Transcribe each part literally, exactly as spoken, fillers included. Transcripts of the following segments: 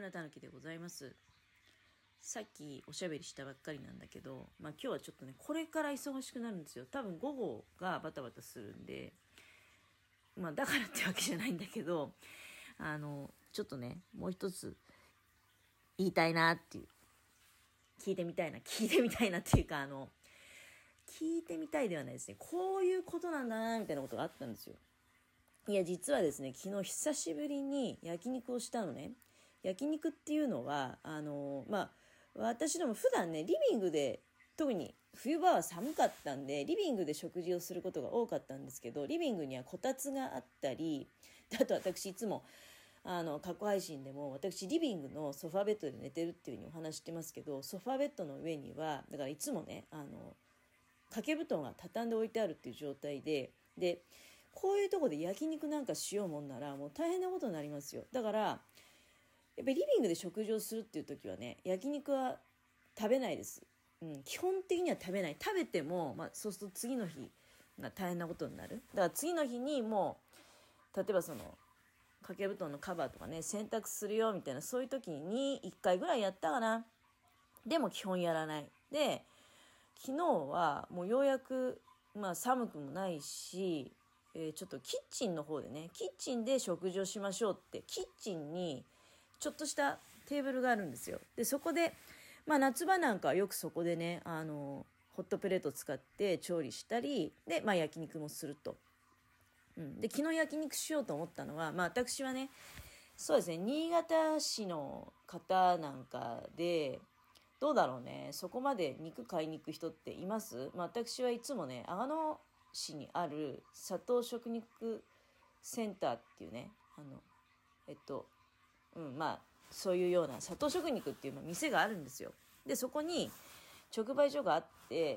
村たぬきでございます。さっきおしゃべりしたばっかりなんだけど、まあ今日はちょっとね、これから忙しくなるんですよ。多分午後がバタバタするんで、まあだからってわけじゃないんだけど、あの、ちょっとね、もう一つ言いたいなっていう、聞いてみたいな、聞いてみたいなっていうか、あの、聞いてみたいではないですね。こういうことなんだな、みたいなことがあったんですよ。いや、実はですね、昨日久しぶりに焼肉をしたのね。焼肉っていうのは、あの、まあ、私でも普段ね、リビングで、特に冬場は寒かったんで、リビングで食事をすることが多かったんですけど、リビングにはこたつがあったり、あと私いつも、あの、過去配信でも、私リビングのソファーベッドで寝てるっていうふうにお話してますけど、ソファーベッドの上には、だからいつもね、あの、掛け布団が畳んで置いてあるっていう状態で、で、こういうとこで焼肉なんかしようもんならもう大変なことになりますよ。だからやっぱりリビングで食事をするっていう時はね、焼肉は食べないです。うん、基本的には食べない。食べても、まあ、そうすると次の日が大変なことになる。だから次の日にもう例えばその掛け布団のカバーとかね洗濯するよみたいな、そういう時にいっかいぐらいやったかな。でも基本やらない。で昨日はもうようやく、まあ、寒くもないし、えーちょっとキッチンの方でね、キッチンで食事をしましょうって、キッチンにちょっとしたテーブルがあるんですよ。でそこで、まあ、夏場なんかはよくそこでね、あのホットプレートを使って調理したりで、まあ、焼肉もすると。うん、で昨日焼肉しようと思ったのは、まあ、私はね、そうですね、新潟市の方なんかで、どうだろうね、そこまで肉買いに行く人っています？まあ、私はいつもね、阿野市にある佐藤食肉センターっていうね、あのえっとうんまあそういうような佐藤食肉っていう店があるんですよ。でそこに直売所があって、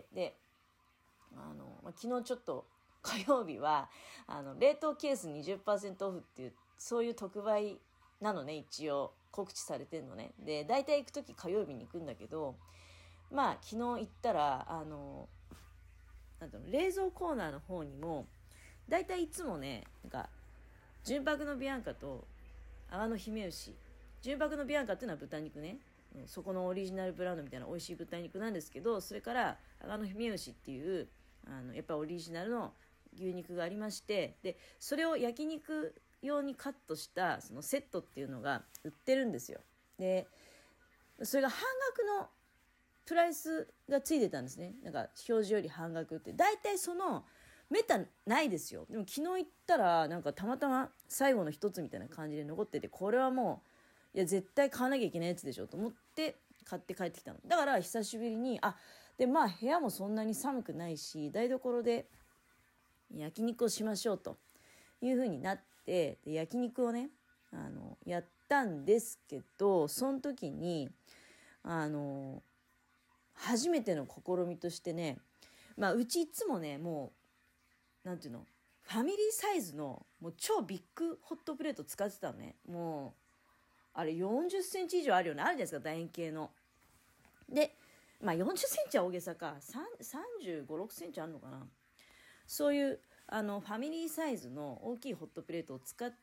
であの、まあ、昨日ちょっと火曜日はあの冷凍ケースにじゅっパーセントオフっていう、そういう特売なのね、一応告知されてんのね。で大体行く時火曜日に行くんだけど、まあ昨日行ったらあのなんていうの、冷蔵コーナーの方にも大体いつもね、なんか純白のビアンカと阿の姫牛、純白のビアンカっていうのは豚肉ね、うん、そこのオリジナルブランドみたいな美味しい豚肉なんですけど、それから阿の姫牛っていうあのやっぱオリジナルの牛肉がありまして、でそれを焼肉用にカットしたそのセットっていうのが売ってるんですよ。でそれが半額のプライスがついてたんですね。なんか表示より半額って、大体そのめったないですよ。でも昨日行ったらなんかたまたま最後の一つみたいな感じで残ってて、これはもういや絶対買わなきゃいけないやつでしょと思って買って帰ってきたの。だから久しぶりに、あでまあ部屋もそんなに寒くないし、台所で焼肉をしましょうという風になって、で焼肉をねあのやったんですけど、その時にあの初めての試みとしてね、まあうちいつもね、もうなんていうの、ファミリーサイズのもう超ビッグホットプレート使ってたのね。もうあれよんじゅっセンチ以上あるよね、あるじゃないですか、楕円形の。でまあよんじゅっセンチは大げさか、さんじゅうご、ろくセンチあるのかな。そういうあのファミリーサイズの大きいホットプレートを使って、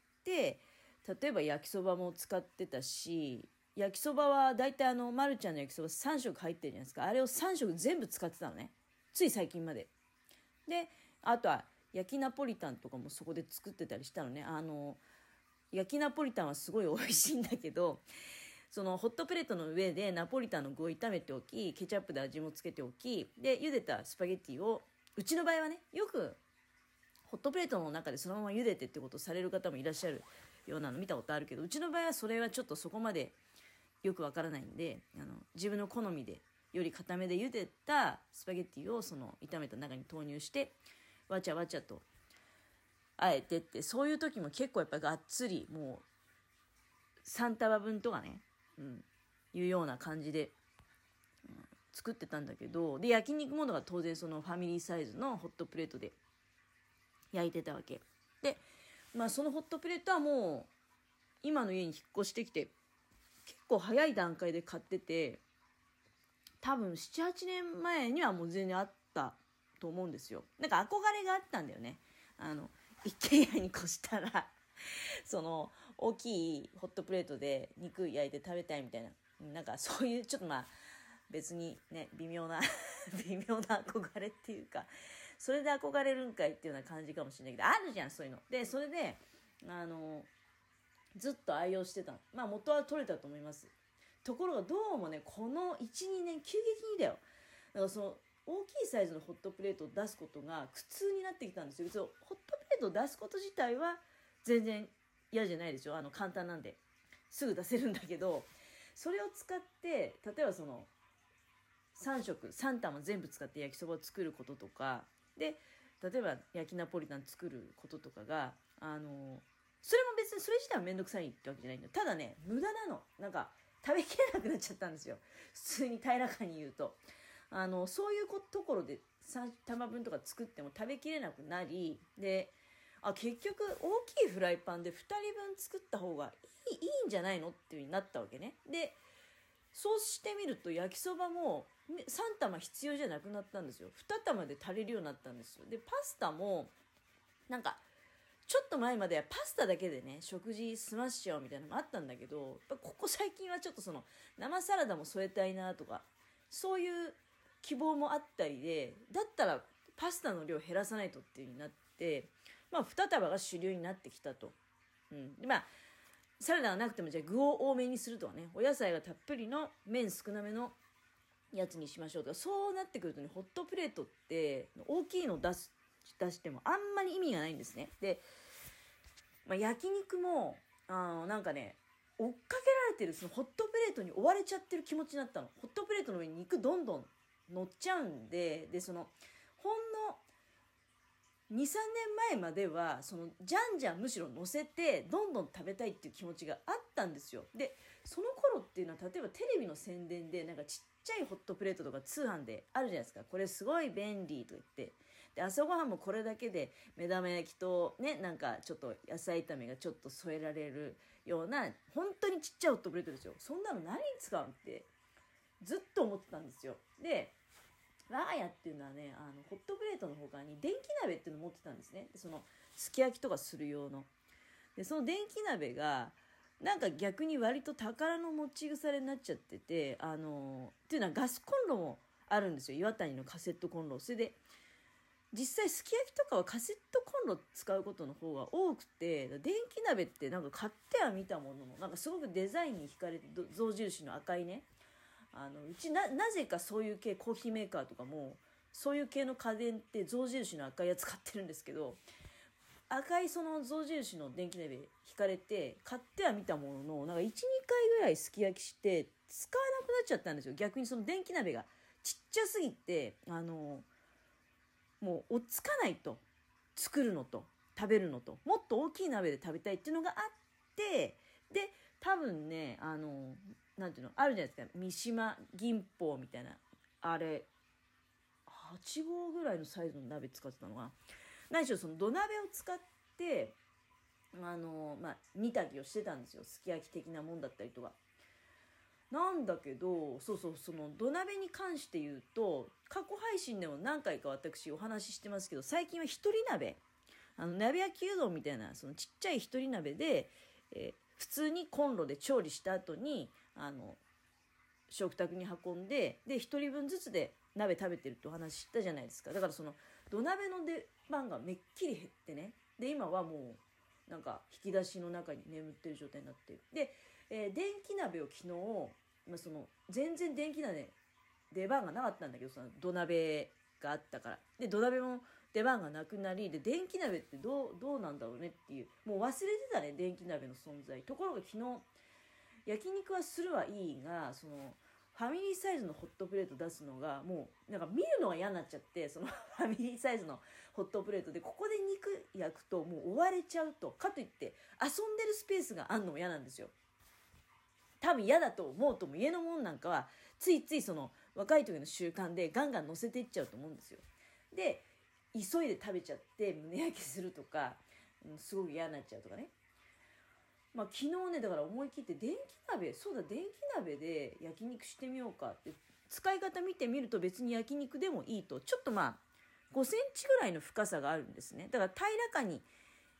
例えば焼きそばも使ってたし、焼きそばは大体あのまるちゃんの焼きそばさん食入ってるじゃないですか。あれをさん食全部使ってたのね、つい最近まで。であとは焼きナポリタンとかもそこで作ってたりしたのね。あの焼きナポリタンはすごい美味しいんだけど、そのホットプレートの上でナポリタンの具を炒めておき、ケチャップで味もつけておき、で茹でたスパゲッティを、うちの場合はね、よくホットプレートの中でそのまま茹でてってことをされる方もいらっしゃるようなの見たことあるけど、うちの場合はそれはちょっとそこまでよくわからないんで、あの自分の好みでより固めで茹でたスパゲッティをその炒めた中に投入してわちゃわちゃとあえてって、そういう時も結構やっぱがっつりもうさん束分とかね、うん、いうような感じで、うん、作ってたんだけど、で焼肉ものが当然そのファミリーサイズのホットプレートで焼いてたわけで、まあそのホットプレートはもう今の家に引っ越してきて結構早い段階で買ってて、多分なな、はちねんまえにはもう全然あったと思うんですよ。なんか憧れがあったんだよね。あの一軒家に越したらその大きいホットプレートで肉焼いて食べたいみたいな、なんかそういうちょっとまあ別にね微妙な微妙な憧れっていうか、それで憧れるんかいっていうような感じかもしれないけど、あるじゃんそういうので。それであのずっと愛用してたの。まあ元は取れたと思います。ところがどうもねこの いちにねん急激にだよ、だからその大きいサイズのホットプレートを出すことが苦痛になってきたんですよ。別にホットプレートを出すこと自体は全然嫌じゃないですよ。あの簡単なんですぐ出せるんだけど、それを使って例えばそのさん食さん玉全部使って焼きそばを作ることとかで、例えば焼きナポリタン作ることとかが、あのそれも別にそれ自体はめんどくさいってわけじゃないんだよ。ただね無駄なの。なんか食べきれなくなっちゃったんですよ、普通に平らかに言うと。あのそういうところでさん玉分とか作っても食べきれなくなり、であ結局大きいフライパンでふたりぶん作った方がいい、いいんじゃないのっていう風になったわけね。でそうしてみると焼きそばもさん玉必要じゃなくなったんですよ。に玉で足りるようになったんですよ。でパスタもなんかちょっと前まではパスタだけでね食事済ましちゃうみたいなのもあったんだけど、やっぱここ最近はちょっとその生サラダも添えたいなとかそういう希望もあったりで、だったらパスタの量減らさないとっていう風になって、まあに束が主流になってきたと。うん、でまあサラダがなくてもじゃあ具を多めにするとかね、お野菜がたっぷりの麺少なめのやつにしましょうとか、そうなってくるとねホットプレートって大きいの出す出してもあんまり意味がないんですね。で、まあ、焼肉もあのなんかね追っかけられてるそのホットプレートに追われちゃってる気持ちになったの。ホットプレートの上に肉どんどん乗っちゃうんで、でそのほんのにさんねんまえまではそのじゃんじゃんむしろ乗せてどんどん食べたいっていう気持ちがあったんですよ。でその頃っていうのは例えばテレビの宣伝でなんかちっちゃいホットプレートとか通販であるじゃないですか。これすごい便利と言って、で朝ごはんもこれだけで目玉焼きとねなんかちょっと野菜炒めがちょっと添えられるような本当にちっちゃいホットプレートですよ。そんなの何に使うんってずっと思ってたんですよ。で我が家っていうのはねあのホットプレートの他に電気鍋っていうのを持ってたんですね。そのすき焼きとかする用の。でその電気鍋がなんか逆に割と宝の持ち腐れになっちゃってて、あのっていうのはガスコンロもあるんですよ。岩谷のカセットコンロ。それで実際すき焼きとかはカセットコンロ使うことの方が多くて、電気鍋ってなんか買っては見たもののなんかすごくデザインに惹かれて象印の赤いね、あのうち な, なぜかそういう系コーヒーメーカーとかもそういう系の家電って象印の赤いやつ買ってるんですけど、赤いその象印の電気鍋引かれて買ってはみたもののなんか いちにかいぐらいすき焼きして使わなくなっちゃったんですよ。逆にその電気鍋がちっちゃすぎてあのもう追っつかないと、作るのと食べるのともっと大きい鍋で食べたいっていうのがあって、で多分ねあのなんていうのあるじゃないですか、三島銀宝みたいなあれはちごうぐらいのサイズの鍋使ってたのかな。何しろその土鍋を使ってあのまあ煮炊きをしてたんですよ。すき焼き的なもんだったりとかなんだけど、そうそうその土鍋に関して言うと過去配信でも何回か私お話ししてますけど、最近は一人鍋、あの鍋焼きうどんみたいなそのちっちゃい一人鍋で、えー、普通にコンロで調理した後にあの食卓に運んでで一人分ずつで鍋食べてるってお話したじゃないですか。だからその土鍋の出番がめっきり減ってね、で今はもうなんか引き出しの中に眠ってる状態になってる。で、えー、電気鍋を昨日、まあ、その全然電気鍋出番がなかったんだけど、その土鍋があったから、で土鍋も出番がなくなり、で電気鍋ってどうどうなんだろうねっていう、もう忘れてたね電気鍋の存在。ところが昨日焼肉はするはいいが、そのファミリーサイズのホットプレート出すのがもうなんか見るのが嫌になっちゃって、そのファミリーサイズのホットプレートでここで肉焼くともう追われちゃうと、かといって遊んでるスペースがあんのも嫌なんですよ。多分嫌だと思うとも家のもんなんかはついついその若い時の習慣でガンガン乗せていっちゃうと思うんですよ。で急いで食べちゃって胸焼けするとか、うん、すごく嫌になっちゃうとかね。まあ、昨日ねだから思い切って電気鍋、そうだ電気鍋で焼肉してみようかって使い方見てみると、別に焼肉でもいいと、ちょっとまあごセンチぐらいの深さがあるんですね。だから平らかに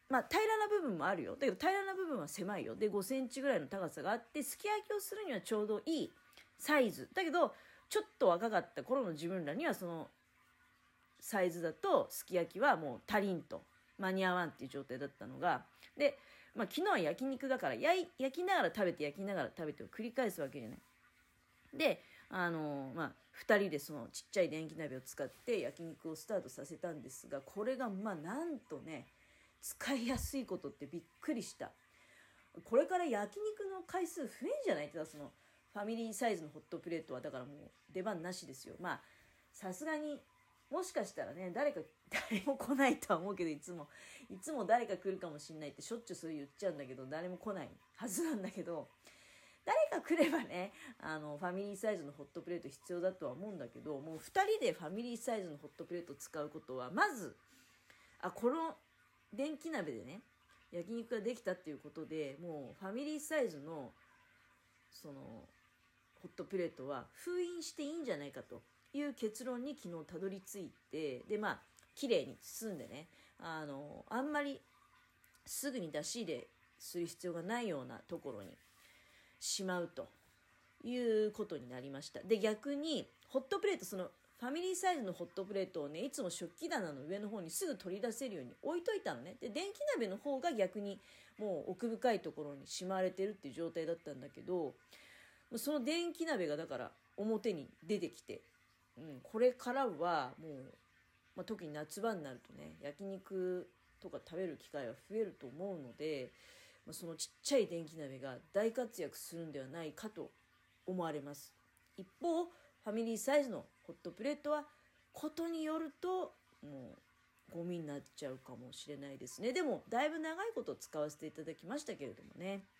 まあ平らな部分もあるよ。だけど平らな部分は狭いよ。でごセンチぐらいの高さがあって、すき焼きをするにはちょうどいいサイズだけど、ちょっと若かった頃の自分らにはそのサイズだとすき焼きはもう足りんと、間に合わんっていう状態だったのが、で、まあ、昨日は焼肉だから焼い焼きながら食べて焼きながら食べてを繰り返すわけじゃない。で、あのー、まあふたりでそのちっちゃい電気鍋を使って焼肉をスタートさせたんですが、これがまあなんとね、使いやすいことってびっくりした。これから焼肉の回数増えんじゃないって、そのファミリーサイズのホットプレートはだからもう出番なしですよ。まあさすがにもしかしたらね、誰か誰も来ないとは思うけど、いつもいつも誰か来るかもしんないってしょっちゅうそう言っちゃうんだけど、誰も来ないはずなんだけど、誰か来ればね、あのファミリーサイズのホットプレート必要だとは思うんだけど、もうふたりでファミリーサイズのホットプレートを使うことは、まずあこの電気鍋でね焼肉ができたっていうことで、もうファミリーサイズのそのホットプレートは封印していいんじゃないかという結論に昨日たどり着いて、でまあ綺麗に包んでね、あのあんまりすぐに出し入れする必要がないようなところにしまうということになりました。で逆にホットプレート、そのファミリーサイズのホットプレートをね、いつも食器棚の上の方にすぐ取り出せるように置いといたのね。で電気鍋の方が逆にもう奥深いところにしまわれてるっていう状態だったんだけど、その電気鍋がだから表に出てきて、うん、これからはもう、まあ、特に夏場になるとね、焼肉とか食べる機会は増えると思うので、まあ、そのちっちゃい電気鍋が大活躍するんではないかと思われます。一方ファミリーサイズのホットプレートはことによるともうゴミになっちゃうかもしれないですね。でもだいぶ長いこと使わせていただきましたけれどもね、